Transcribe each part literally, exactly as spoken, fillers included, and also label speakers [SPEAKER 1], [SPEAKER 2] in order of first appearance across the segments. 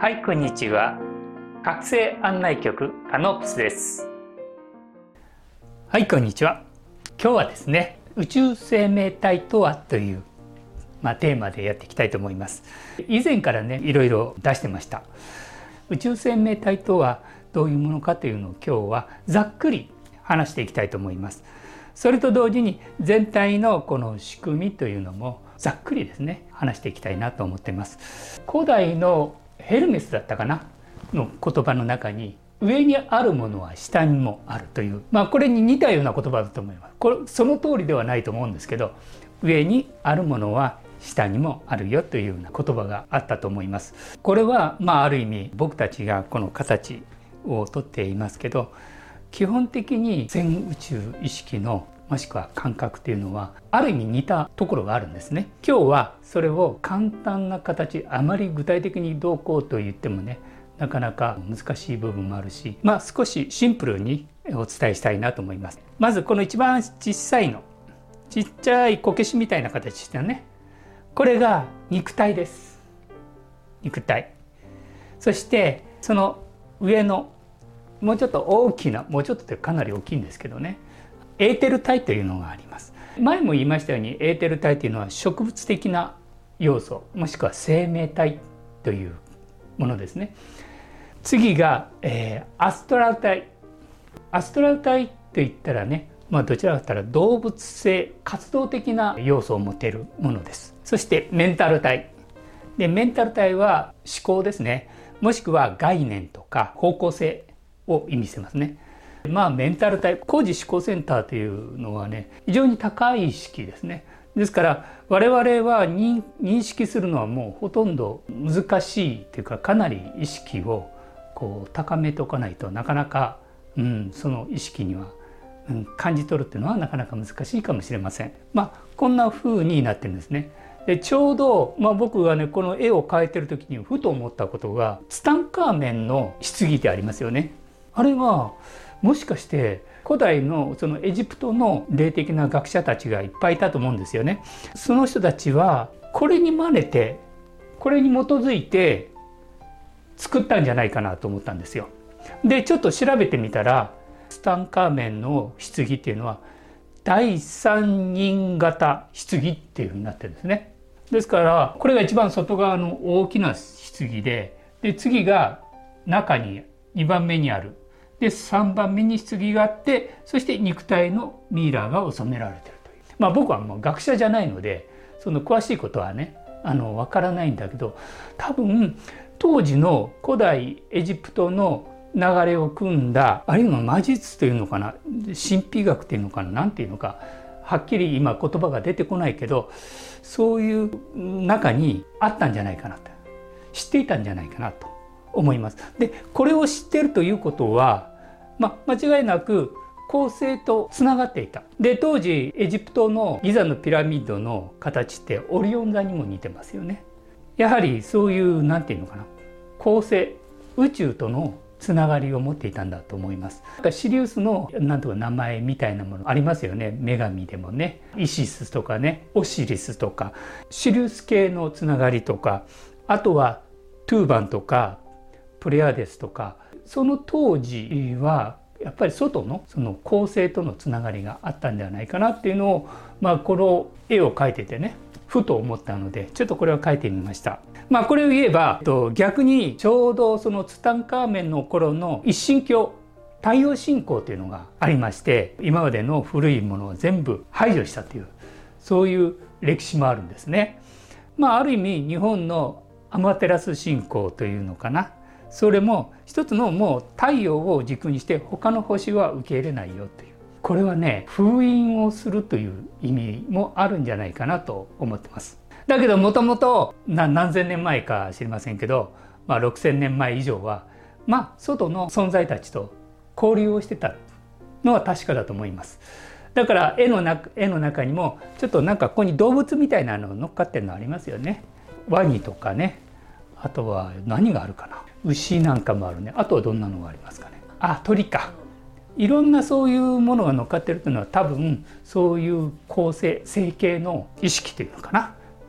[SPEAKER 1] はい、こんにちは。覚醒案内局カノプスです。はい、こんにちは。今日はですね、宇宙生命体とはという、まあ、テーマでやっていきたいと思います。以前からね、いろいろ出してました。宇宙生命体とはどういうものかというのを今日はざっくり話していきたいと思います。それと同時に全体のこの仕組みというのもざっくりですね、話していきたいなと思っています。古代のヘルメスだったかなの言葉の中に、上にあるものは下にもあるという、まあこれに似たような言葉だと思います。これその通りではないと思うんですけど、上にあるものは下にもあるよというような言葉があったと思います。これはまあある意味僕たちがこの形をとっていますけど、基本的に全宇宙意識のもしくは感覚というのはある意味似たところがあるんですね。今日はそれを簡単な形、あまり具体的にどうこうと言ってもね、なかなか難しい部分もあるし、まあ少しシンプルにお伝えしたいなと思います。まずこの一番小さいの、ちっちゃいこけしみたいな形してね、これが肉体です。肉体。そしてその上のもうちょっと大きな、もうちょっとってかなり大きいんですけどね、エーテル体というのがあります。前も言いましたように、エーテル体というのは植物的な要素、もしくは生命体というものですね。次が、えー、アストラル体。アストラル体といったらね、まあ、どちらかといったら動物性、活動的な要素を持てるものです。そしてメンタル体。で、メンタル体は思考ですね。もしくは概念とか方向性を意味してますね。まあメンタル体、高次思考センターというのはね、非常に高い意識ですね。ですから我々は認識するのはもうほとんど難しいというか、かなり意識をこう高めておかないとなかなか、うん、その意識には、うん、感じ取るっていうのはなかなか難しいかもしれません。まあこんな風になってるんですね。でちょうど、まあ、僕がねこの絵を描いてる時にふと思ったことが、ツタンカーメンの棺ってありますよね。あれはもしかして古代のそのエジプトの霊的な学者たちがいっぱいいたと思うんですよね。その人たちはこれに真似て、これに基づいて作ったんじゃないかなと思ったんですよ。でちょっと調べてみたら、ツタンカーメンの棺っていうのは第三人型棺っていうふうになってるんですね。ですからこれが一番外側の大きな棺で、で次が中ににばんめにある。でさんばんめに棺があって、そして肉体のミイラが収められているという。まあ僕はもう学者じゃないのでその詳しいことはねあの分からないんだけど、多分当時の古代エジプトの流れを組んだ、あるいは魔術というのかな、神秘学というのかな、なんていうのかはっきり今言葉が出てこないけど、そういう中にあったんじゃないかなと、知っていたんじゃないかなと思います。でこれを知っているということは、まあ、間違いなく恒星とつながっていた。で当時エジプトのギザのピラミッドの形ってオリオン座にも似てますよね。やはりそういうなんていうのかな、恒星、宇宙とのつながりを持っていたんだと思います。シリウスのなんとか名前みたいなものありますよね。女神でもね、イシスとかね、オシリスとか、シリウス系のつながりとか、あとはトゥーバンとかプレアデスとか、その当時はやっぱり外のその恒星とのつながりがあったんではないかなっていうのを、まあ、この絵を描いててねふと思ったので、ちょっとこれを描いてみました。まあこれを言えば逆にちょうどそのツタンカーメンの頃の一神教、太陽信仰というのがありまして、今までの古いものを全部排除したという、そういう歴史もあるんですね。まあある意味日本のアマテラス信仰というのかな、それも一つのもう太陽を軸にして他の星は受け入れないよという、これはね封印をするという意味もあるんじゃないかなと思ってます。だけどもともと何千年前か知りませんけど、まあ、ろくせんねんまえ以上はまあ外の存在たちと交流をしてたのは確かだと思います。だから絵の中、絵の中にもちょっとなんかここに動物みたいなの乗っかってるのありますよね。ワニとかね、あとは何があるかな、牛なんかもあるね。あとはどんなのがありますかね。あ、鳥か。いろんなそういうものが乗っかってるというのは、多分そういう構成成形の意識というのかな、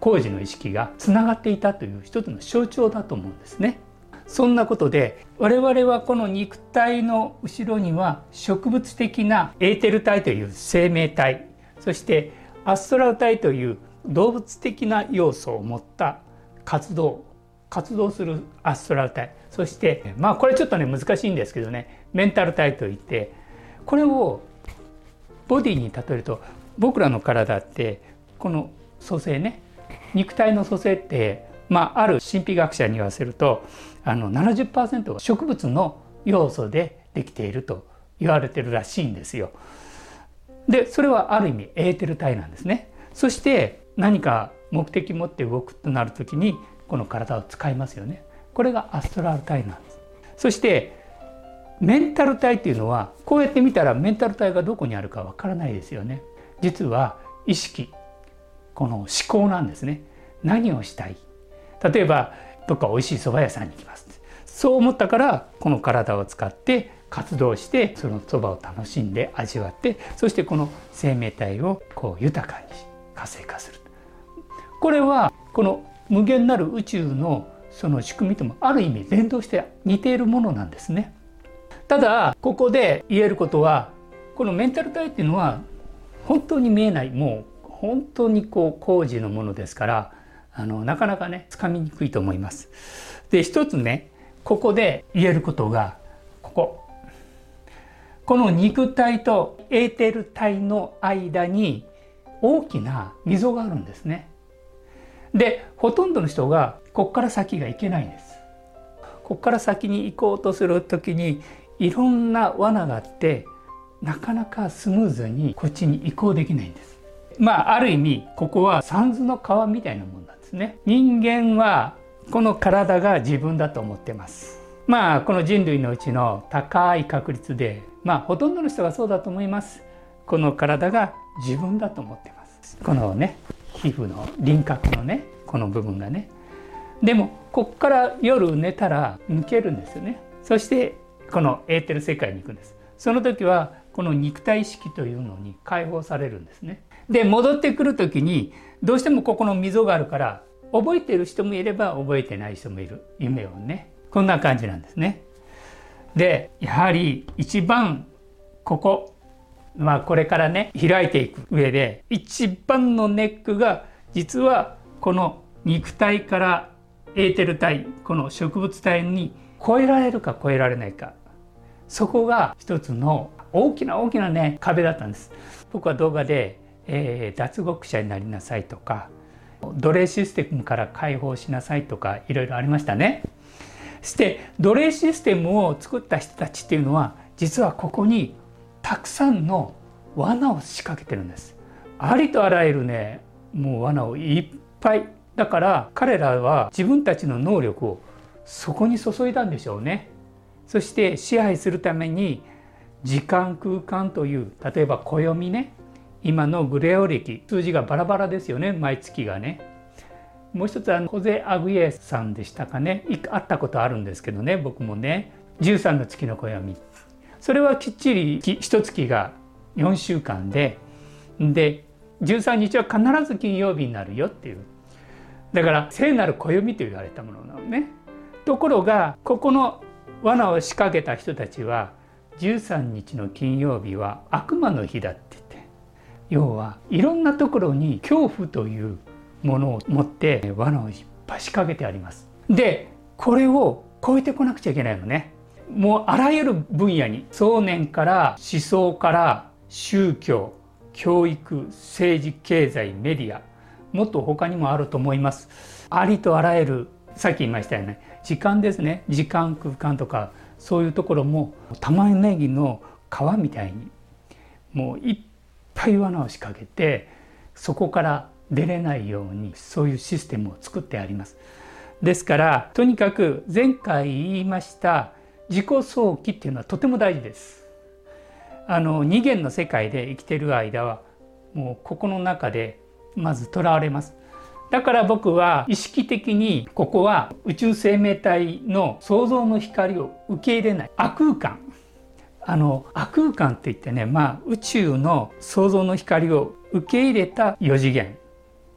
[SPEAKER 1] 工事の意識がつながっていたという一つの象徴だと思うんですね。そんなことで我々はこの肉体の後ろには植物的なエーテル体という生命体、そしてアストラル体という動物的な要素を持った活動活動するアストラル体、そしてまあこれちょっとね難しいんですけどね、メンタル体といって、これをボディに例えると、僕らの体ってこの組成ね、肉体の組成ってまあある神秘学者に言わせるとあの ななじゅっパーセント が植物の要素でできていると言われてるらしいんですよ。でそれはある意味エーテル体なんですね。そして何か目的持って動くとなるときにこの体を使いますよね。これがアストラル体なんです。そしてメンタル体っていうのはこうやって見たらメンタル体がどこにあるかわからないですよね。実は意識、この思考なんですね。何をしたい、例えばどっかおいしい蕎麦屋さんに行きます、そう思ったからこの体を使って活動してその蕎麦を楽しんで味わって、そしてこの生命体をこう豊かに活性化する。これはこの無限なる宇宙のその仕組みともある意味連動して似ているものなんですね。ただここで言えることは、このメンタル体っていうのは本当に見えない、もう本当にこう工事のものですから、あのなかなかねつかみにくいと思います。で一つねここで言えることが、こここの肉体とエーテル体の間に大きな溝があるんですね。でほとんどの人がここから先がいけないんです。ここから先に行こうとするときにいろんな罠があって、なかなかスムーズにこっちに移行できないんです。まあある意味ここは三途の川みたいなもんなんですね。人間はこの体が自分だと思ってます。まあこの人類のうちの高い確率で、まあほとんどの人がそうだと思います。この体が自分だと思ってます。このね皮膚の輪郭のねこの部分がね。でもここから夜寝たら抜けるんですよね。そしてこのエーテル世界に行くんです。その時はこの肉体意識というのに解放されるんですね。で戻ってくる時にどうしてもここの溝があるから、覚えている人もいれば覚えてない人もいる、夢をね、こんな感じなんですね。でやはり一番ここ、まあこれからね開いていく上で一番のネックが、実はこの肉体からエーテル体、この植物体に超えられるか超えられないか、そこが一つの大きな大きなね壁だったんです。僕は動画で、えー、脱獄者になりなさいとか、奴隷システムから解放しなさいとかいろいろありましたね。そして奴隷システムを作った人たちっていうのは、実はここにたくさんの罠を仕掛けてるんです。ありとあらゆるねもう罠をいっぱい。だから彼らは自分たちの能力をそこに注いだんでしょうね。そして支配するために時間空間という、例えば暦ね、今のグレオ暦、数字がバラバラですよね、毎月がね。もう一つはホゼ・アグイエさんでしたかね、会ったことあるんですけどね、僕もね、じゅうさんの月の暦、それはきっちり一月がよんしゅうかんで、でじゅうさんにちは必ず金曜日になるよっていう、だから聖なる暦と言われたものなのね。ところがここの罠を仕掛けた人たちは、じゅうさんにちの金曜日は悪魔の日だって言って、要はいろんなところに恐怖というものを持って罠をいっぱい仕掛けてあります。でこれを超えてこなくちゃいけないのね。もうあらゆる分野に、想念から思想から宗教、教育、政治、経済、メディア、もっと他にもあると思います。ありとあらゆる、さっき言いましたよね、時間ですね、時間空間とか、そういうところも玉ねぎの皮みたいにもういっぱい罠を仕掛けて、そこから出れないようにそういうシステムを作ってあります。ですからとにかく前回言いました自己想起っていうのはとても大事です。あの二元の世界で生きている間はもうここの中でまずとらわれます。だから僕は意識的にここは宇宙生命体の創造の光を受け入れない亜空間、あの亜空間っていってね、まあ宇宙の創造の光を受け入れたよ次元、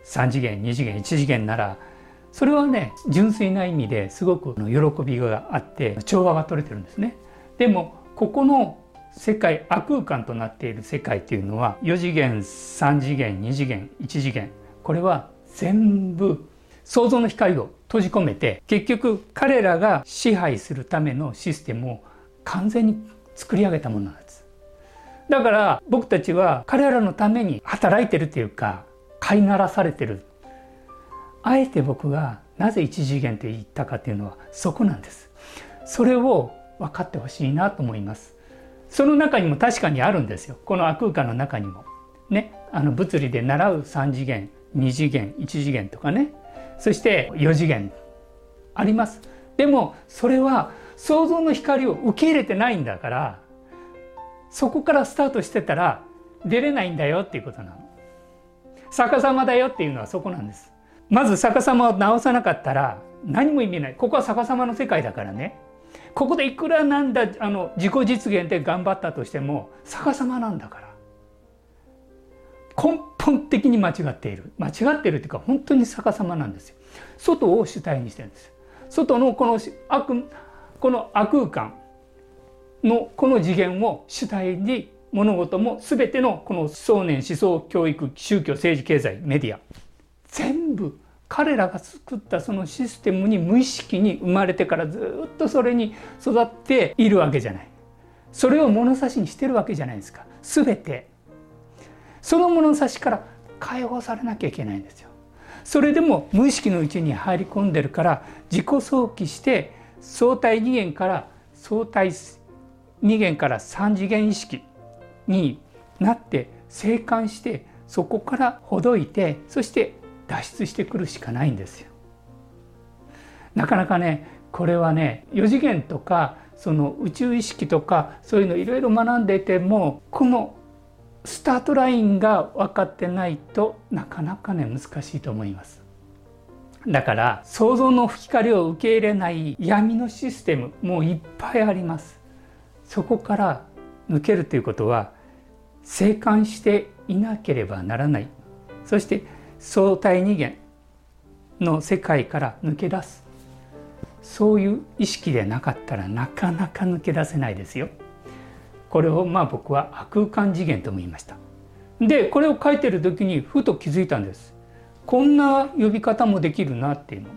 [SPEAKER 1] さん次元に次元いち次元ならそれはね純粋な意味ですごく喜びがあって調和が取れてるんですね。でもここの世界亜空間となっている世界というのはよ次元さん次元に次元いち次元これは全部創造の光を閉じ込めて結局彼らが支配するためのシステムを完全に作り上げたものなんです。だから僕たちは彼らのために働いてるというか飼いならされてる。あえて僕がなぜ一次元と言ったかというのはそこなんです。それを分かってほしいなと思います。その中にも確かにあるんですよ。この亜空間の中にもね、あの物理で習うさん次元に次元いち次元とかね、そしてよ次元あります。でもそれは創造の光を受け入れてないんだから、そこからスタートしてたら出れないんだよっていうことなの。逆さまだよっていうのはそこなんです。まず逆さまを直さなかったら何も意味ない。ここは逆さまの世界だからね。ここでいくらなんだあの自己実現で頑張ったとしても逆さまなんだから根本的に間違っている。間違っているっていうか本当に逆さまなんですよ。外を主体にしてるんですよ。外のこの悪この亜空間のこの次元を主体に物事も全てのこの想念思想教育宗教政治経済メディア全部彼らが作ったそのシステムに無意識に生まれてからずっとそれに育っているわけじゃない。それを物差しにしてるわけじゃないですか。全てその物差しから解放されなきゃいけないんですよ。それでも無意識のうちに入り込んでるから自己想起して相対二元から相対二元から三次元意識になって静観してそこからほどいてそして脱出してくるしかないんですよ。なかなかねこれはねよ次元とかその宇宙意識とかそういうのいろいろ学んでいてもこのスタートラインが分かってないとなかなかね難しいと思います。だから創造の光を受け入れない闇のシステムもういっぱいあります。そこから抜けるということは静観していなければならない。そして相対二元の世界から抜け出す。そういう意識でなかったらなかなか抜け出せないですよ。これをまあ僕は亜空間次元とも言いました。でこれを書いてる時にふと気づいたんです。こんな呼び方もできるなっていうの。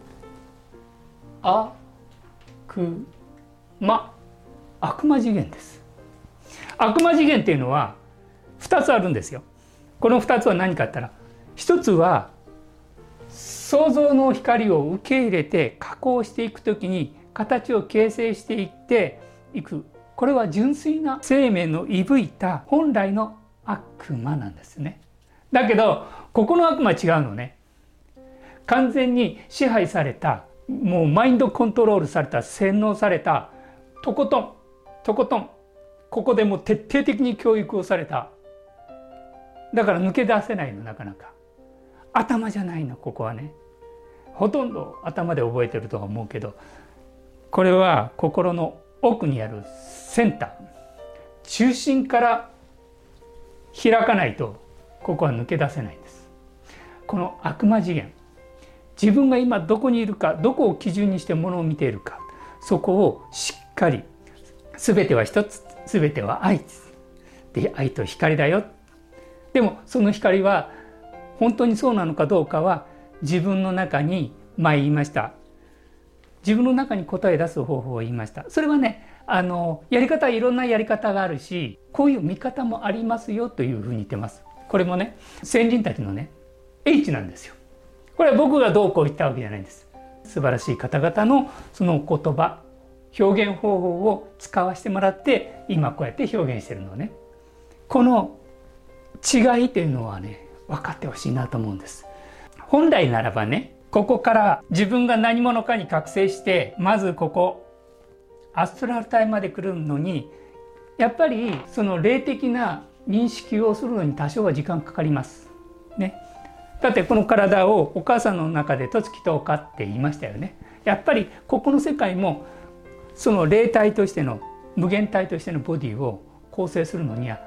[SPEAKER 1] あくま悪魔次元です。悪魔次元っていうのはふたつあるんですよ。このふたつは何かって言ったらひとつは創造の光を受け入れて加工していくときに形を形成していっていく。これは純粋な生命の息吹いた本来の悪魔なんですね。だけどここの悪魔は違うのね。完全に支配されたもうマインドコントロールされた洗脳されたとことんとことんここでも徹底的に教育をされた。だから抜け出せないのなかなか。頭じゃないのここはね。ほとんど頭で覚えてるとは思うけどこれは心の奥にあるセンター中心から開かないとここは抜け出せないんです。この悪魔次元自分が今どこにいるかどこを基準にしてものを見ているかそこをしっかり全ては一つ全ては愛で愛と光だよ。でもその光は本当にそうなのかどうかは自分の中に前言いました自分の中に答え出す方法を言いました。それはねあのやり方はいろんなやり方があるしこういう見方もありますよというふうに言ってます。これもね先人たちのね H なんですよ。これは僕がどうこう言ったわけじゃないんです。素晴らしい方々のその言葉表現方法を使わせてもらって今こうやって表現してるのね。この違いというのはね分かってほしいなと思うんです。本来ならばねここから自分が何者かに覚醒してまずここアストラル体まで来るのにやっぱりその霊的な認識をするのに多少は時間かかりますね。だってこの体をお母さんの中でとつきとおかって言いましたよね。やっぱりここの世界もその霊体としての無限体としてのボディを構成するのには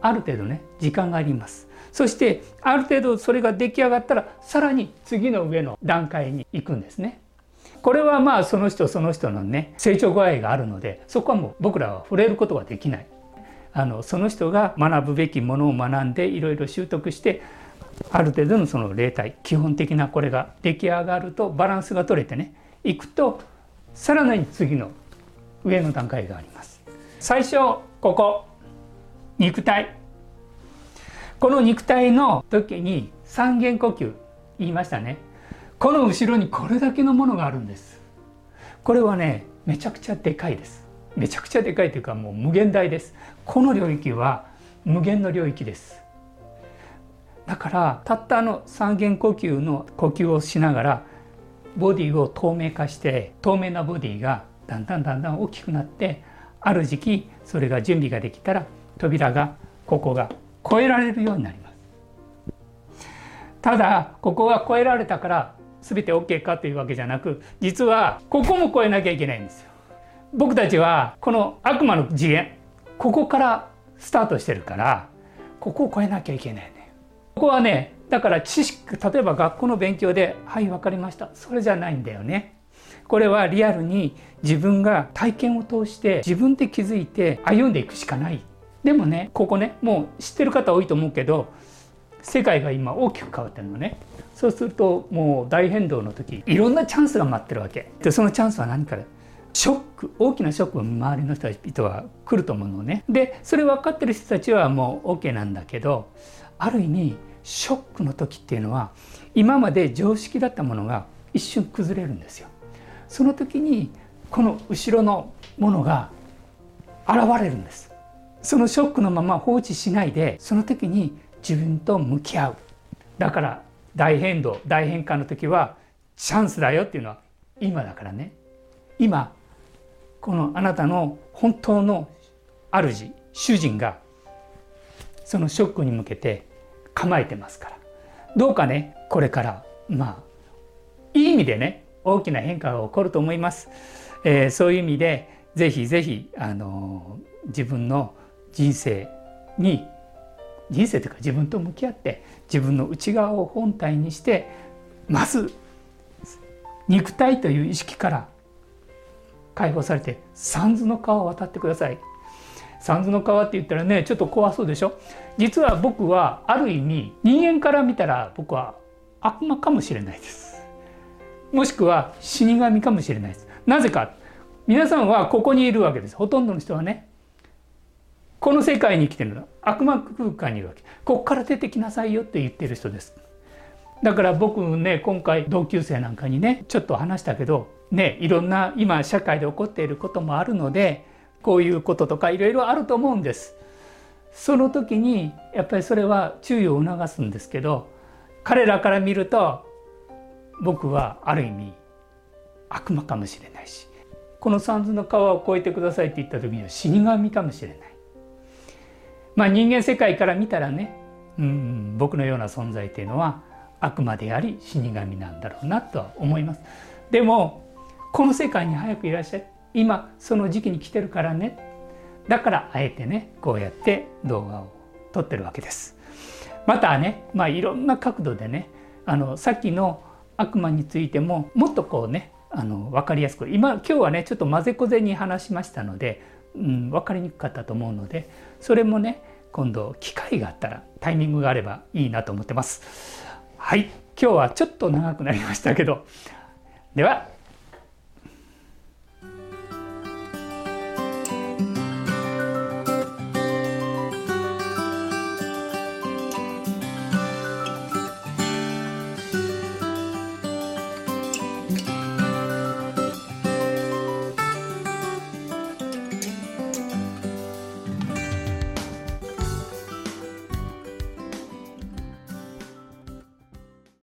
[SPEAKER 1] ある程度ね時間があります。そしてある程度それが出来上がったらさらに次の上の段階に行くんですね。これはまあその人その人のね成長具合があるので、そこはもう僕らは触れることはできない。あのその人が学ぶべきものを学んでいろいろ習得して、ある程度のその例題基本的なこれが出来上がるとバランスが取れてねいくと、さらに次の上の段階があります。最初ここ肉体、この肉体の時に三元呼吸言いましたね。この後ろにこれだけのものがあるんです。これはねめちゃくちゃでかいです。めちゃくちゃでかいというかもう無限大です。この領域は無限の領域です。だからたったの三元呼吸の呼吸をしながらボディを透明化して、透明なボディがだんだんだんだん大きくなって、ある時期それが準備ができたら扉がここが越えられるようになります。ただここが越えられたから全て OK かというわけじゃなく、実はここも越えなきゃいけないんですよ。僕たちはこの悪魔の次元、ここからスタートしてるから、ここを越えなきゃいけないね。ここはね、だから知識、例えば学校の勉強で「はい分かりました」それじゃないんだよね。これはリアルに自分が体験を通して自分で気づいて歩んでいくしかない。でもね、ここね、もう知ってる方多いと思うけど、世界が今大きく変わってるのね。そうするともう大変動の時いろんなチャンスが待ってるわけで、そのチャンスは何かでショック、大きなショックが周りの人は来ると思うのね。でそれ分かってる人たちはもう OK なんだけど、ある意味ショックの時っていうのは今まで常識だったものが一瞬崩れるんですよ。その時にこの後ろのものが現れるんです。そのショックのまま放置しないで、その時に自分と向き合う。だから大変動、大変化の時はチャンスだよっていうのは今だからね。今このあなたの本当の主、主人がそのショックに向けて構えてますから、どうかねこれからまあいい意味でね大きな変化が起こると思います。えー、そういう意味でぜひぜひあの自分の人生に人生というか自分と向き合って自分の内側を本体にして、まず肉体という意識から解放されて三途の川を渡ってください。三途の川って言ったらねちょっと怖そうでしょ。実は僕はある意味人間から見たら僕は悪魔かもしれないです。もしくは死神かもしれないです。なぜか、皆さんはここにいるわけです。ほとんどの人はねこの世界に生きてるの、悪魔空間にいるわけ。ここから出てきなさいよって言ってる人です。だから僕ね今回同級生なんかにねちょっと話したけどね、いろんな今社会で起こっていることもあるので、こういうこととかいろいろあると思うんです。その時にやっぱりそれは注意を促すんですけど、彼らから見ると僕はある意味悪魔かもしれないし、この三途の川を越えてくださいって言った時には死神かもしれない。まあ人間世界から見たらね、うん、僕のような存在っていうのは悪魔であり死神なんだろうなとは思います。でもこの世界に早くいらっしゃい、今その時期に来てるからね、だからあえてねこうやって動画を撮ってるわけです。またね、まあいろんな角度でね、あのさっきの悪魔についてももっとこうねあの分かりやすく、今今日はねちょっと混ぜこぜに話しましたので、うん、分かりにくかったと思うので、それもね今度機会があったらタイミングがあればいいなと思ってます。はい、今日はちょっと長くなりましたけど、では